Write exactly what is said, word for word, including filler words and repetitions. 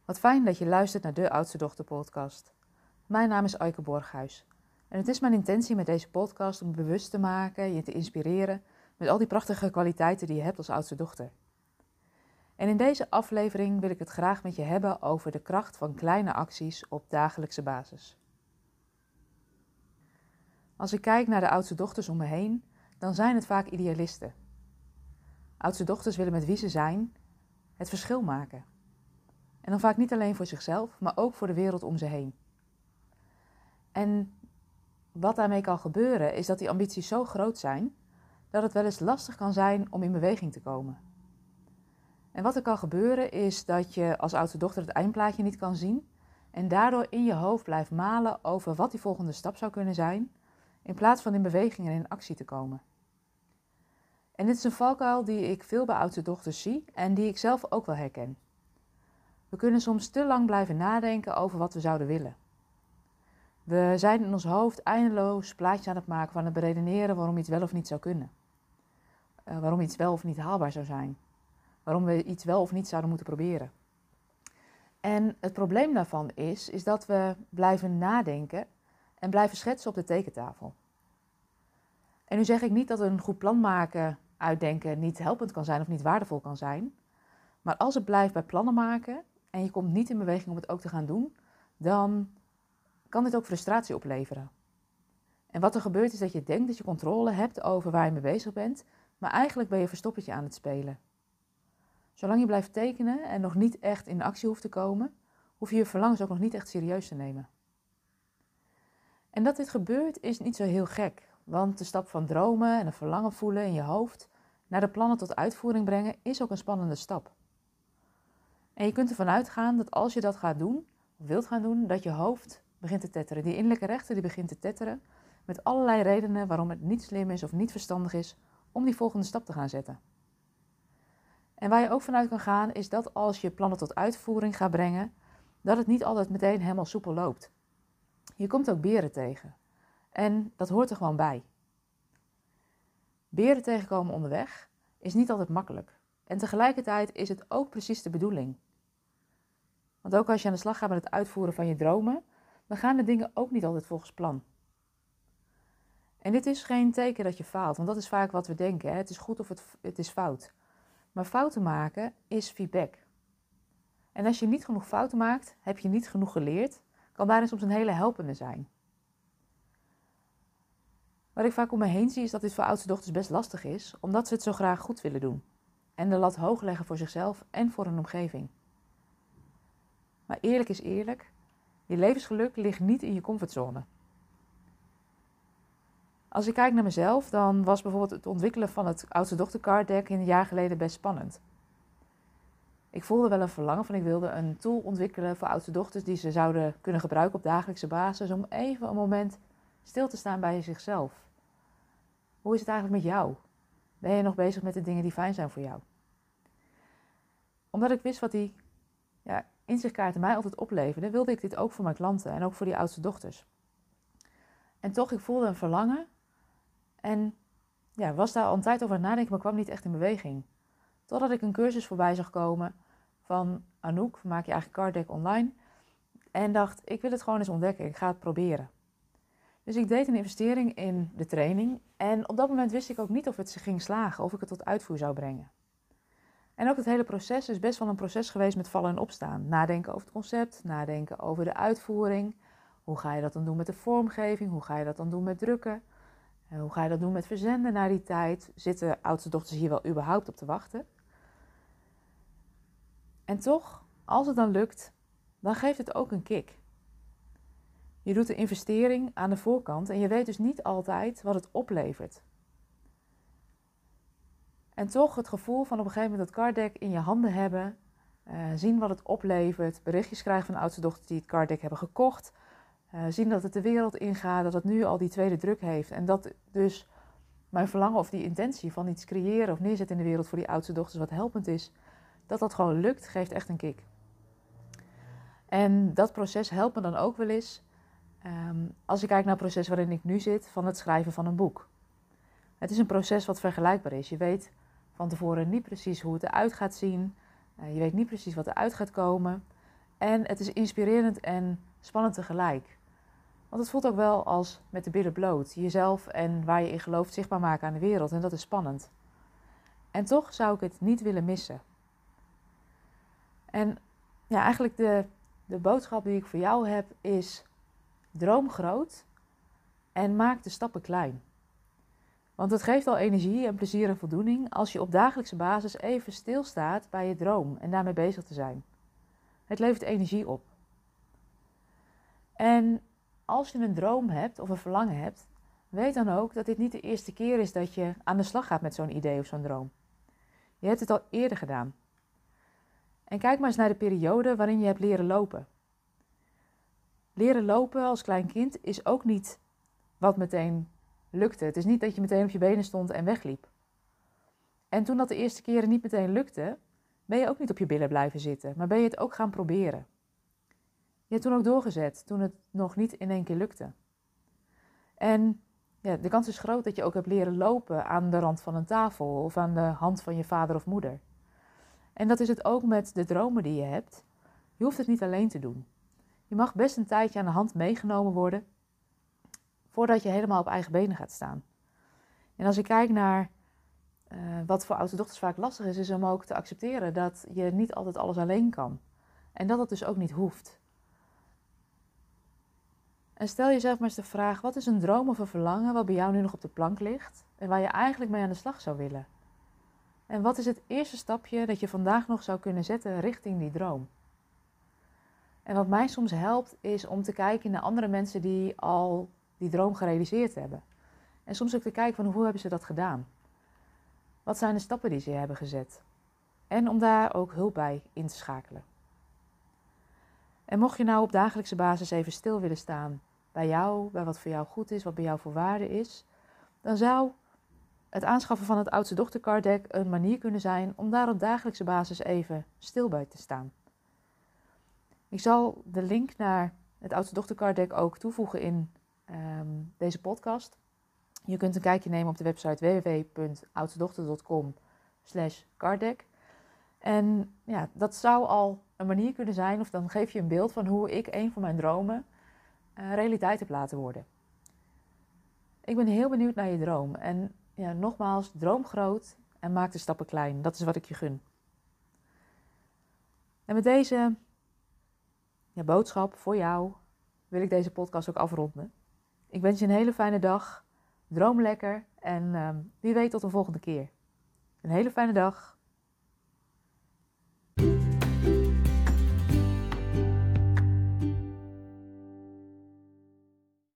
Wat fijn dat je luistert naar de Oudste Dochter podcast. Mijn naam is Aike Borghuis. En het is mijn intentie met deze podcast om je bewust te maken, je te inspireren met al die prachtige kwaliteiten die je hebt als oudste dochter. En in deze aflevering wil ik het graag met je hebben over de kracht van kleine acties op dagelijkse basis. Als ik kijk naar de oudste dochters om me heen, dan zijn het vaak idealisten. Oudste dochters willen met wie ze zijn het verschil maken. En dan vaak niet alleen voor zichzelf, maar ook voor de wereld om ze heen. En wat daarmee kan gebeuren, is dat die ambities zo groot zijn, dat het wel eens lastig kan zijn om in beweging te komen. En wat er kan gebeuren, is dat je als oudste dochter het eindplaatje niet kan zien en daardoor in je hoofd blijft malen over wat die volgende stap zou kunnen zijn, in plaats van in beweging en in actie te komen. En dit is een valkuil die ik veel bij oudste dochters zie en die ik zelf ook wel herken. We kunnen soms te lang blijven nadenken over wat we zouden willen. We zijn in ons hoofd eindeloos plaatjes aan het maken van het beredeneren waarom iets wel of niet zou kunnen. Uh, waarom iets wel of niet haalbaar zou zijn. Waarom we iets wel of niet zouden moeten proberen. En het probleem daarvan is, is dat we blijven nadenken en blijven schetsen op de tekentafel. En nu zeg ik niet dat een goed plan maken, uitdenken niet helpend kan zijn of niet waardevol kan zijn. Maar als het blijft bij plannen maken en je komt niet in beweging om het ook te gaan doen, dan kan dit ook frustratie opleveren. En wat er gebeurt is dat je denkt dat je controle hebt over waar je mee bezig bent, maar eigenlijk ben je verstoppertje aan het spelen. Zolang je blijft tekenen en nog niet echt in actie hoeft te komen, hoef je je verlangens ook nog niet echt serieus te nemen. En dat dit gebeurt is niet zo heel gek, want de stap van dromen en een verlangen voelen in je hoofd naar de plannen tot uitvoering brengen is ook een spannende stap. En je kunt ervan uitgaan dat als je dat gaat doen, of wilt gaan doen, dat je hoofd begint te tetteren. Die innerlijke rechter die begint te tetteren met allerlei redenen waarom het niet slim is of niet verstandig is om die volgende stap te gaan zetten. En waar je ook vanuit kan gaan is dat als je plannen tot uitvoering gaat brengen, dat het niet altijd meteen helemaal soepel loopt. Je komt ook beren tegen. En dat hoort er gewoon bij. Beren tegenkomen onderweg is niet altijd makkelijk. En tegelijkertijd is het ook precies de bedoeling. Want ook als je aan de slag gaat met het uitvoeren van je dromen, dan gaan de dingen ook niet altijd volgens plan. En dit is geen teken dat je faalt, want dat is vaak wat we denken. Hè? Het is goed of het, het is fout. Maar fouten maken is feedback. En als je niet genoeg fouten maakt, heb je niet genoeg geleerd, kan daarin soms een hele helpende zijn. Wat ik vaak om me heen zie is dat dit voor oudste dochters best lastig is, omdat ze het zo graag goed willen doen. En de lat hoog leggen voor zichzelf en voor hun omgeving. Maar eerlijk is eerlijk, je levensgeluk ligt niet in je comfortzone. Als ik kijk naar mezelf, dan was bijvoorbeeld het ontwikkelen van het oudste dochter card deck een jaar geleden best spannend. Ik voelde wel een verlangen van ik wilde een tool ontwikkelen voor oudste dochters die ze zouden kunnen gebruiken op dagelijkse basis om even een moment stil te staan bij zichzelf. Hoe is het eigenlijk met jou? Ben je nog bezig met de dingen die fijn zijn voor jou? Omdat ik wist wat die ja, inzichtkaarten mij altijd opleverden, wilde ik dit ook voor mijn klanten en ook voor die oudste dochters. En toch, ik voelde een verlangen en ja, was daar al een tijd over aan het nadenken, maar kwam niet echt in beweging. Totdat ik een cursus voorbij zag komen van Anouk, maak je eigen card deck online. En dacht, ik wil het gewoon eens ontdekken, ik ga het proberen. Dus ik deed een investering in de training en op dat moment wist ik ook niet of het zich ging slagen, of ik het tot uitvoer zou brengen. En ook het hele proces is best wel een proces geweest met vallen en opstaan. Nadenken over het concept, nadenken over de uitvoering. Hoe ga je dat dan doen met de vormgeving? Hoe ga je dat dan doen met drukken? En hoe ga je dat doen met verzenden na die tijd? Zitten oudste dochters hier wel überhaupt op te wachten? En toch, als het dan lukt, dan geeft het ook een kick. Je doet de investering aan de voorkant en je weet dus niet altijd wat het oplevert. En toch het gevoel van op een gegeven moment dat card deck in je handen hebben, uh, zien wat het oplevert, berichtjes krijgen van de oudste dochters die het card deck hebben gekocht, uh, zien dat het de wereld ingaat, dat het nu al die tweede druk heeft en dat dus mijn verlangen of die intentie van iets creëren of neerzetten in de wereld voor die oudste dochters wat helpend is, dat dat gewoon lukt, geeft echt een kick. En dat proces helpt me dan ook wel eens um, als ik kijk naar het proces waarin ik nu zit van het schrijven van een boek. Het is een proces wat vergelijkbaar is. Je weet van tevoren niet precies hoe het eruit gaat zien. Uh, je weet niet precies wat eruit gaat komen. En het is inspirerend en spannend tegelijk. Want het voelt ook wel als met de billen bloot. Jezelf en waar je in gelooft zichtbaar maken aan de wereld. En dat is spannend. En toch zou ik het niet willen missen. En ja, eigenlijk de, de boodschap die ik voor jou heb is: droom groot en maak de stappen klein. Want het geeft al energie en plezier en voldoening als je op dagelijkse basis even stilstaat bij je droom en daarmee bezig te zijn. Het levert energie op. En als je een droom hebt of een verlangen hebt, weet dan ook dat dit niet de eerste keer is dat je aan de slag gaat met zo'n idee of zo'n droom. Je hebt het al eerder gedaan. En kijk maar eens naar de periode waarin je hebt leren lopen. Leren lopen als klein kind is ook niet wat meteen lukte. Het is niet dat je meteen op je benen stond en wegliep. En toen dat de eerste keren niet meteen lukte, ben je ook niet op je billen blijven zitten, maar ben je het ook gaan proberen. Je hebt toen ook doorgezet, toen het nog niet in één keer lukte. En ja, de kans is groot dat je ook hebt leren lopen aan de rand van een tafel of aan de hand van je vader of moeder. En dat is het ook met de dromen die je hebt. Je hoeft het niet alleen te doen. Je mag best een tijdje aan de hand meegenomen worden voordat je helemaal op eigen benen gaat staan. En als ik kijk naar uh, wat voor oudste dochters vaak lastig is, is om ook te accepteren dat je niet altijd alles alleen kan. En dat het dus ook niet hoeft. En stel jezelf maar eens de vraag: wat is een droom of een verlangen wat bij jou nu nog op de plank ligt en waar je eigenlijk mee aan de slag zou willen? En wat is het eerste stapje dat je vandaag nog zou kunnen zetten richting die droom? En wat mij soms helpt is om te kijken naar andere mensen die al die droom gerealiseerd hebben. En soms ook te kijken van hoe hebben ze dat gedaan? Wat zijn de stappen die ze hebben gezet? En om daar ook hulp bij in te schakelen. En mocht je nou op dagelijkse basis even stil willen staan bij jou, bij wat voor jou goed is, wat bij jou voor waarde is, dan zou het aanschaffen van het oudste dochter card deck een manier kunnen zijn om daar op dagelijkse basis even stil bij te staan. Ik zal de link naar het oudste dochter card deck ook toevoegen in um, deze podcast. Je kunt een kijkje nemen op de website w w w punt oudstedochter punt com slash carddeck. En ja, dat zou al een manier kunnen zijn, of dan geef je een beeld van hoe ik een van mijn dromen uh, realiteit heb laten worden. Ik ben heel benieuwd naar je droom. En ja, nogmaals, droom groot en maak de stappen klein. Dat is wat ik je gun. En met deze ja, boodschap voor jou wil ik deze podcast ook afronden. Ik wens je een hele fijne dag. Droom lekker en uh, wie weet tot een volgende keer. Een hele fijne dag.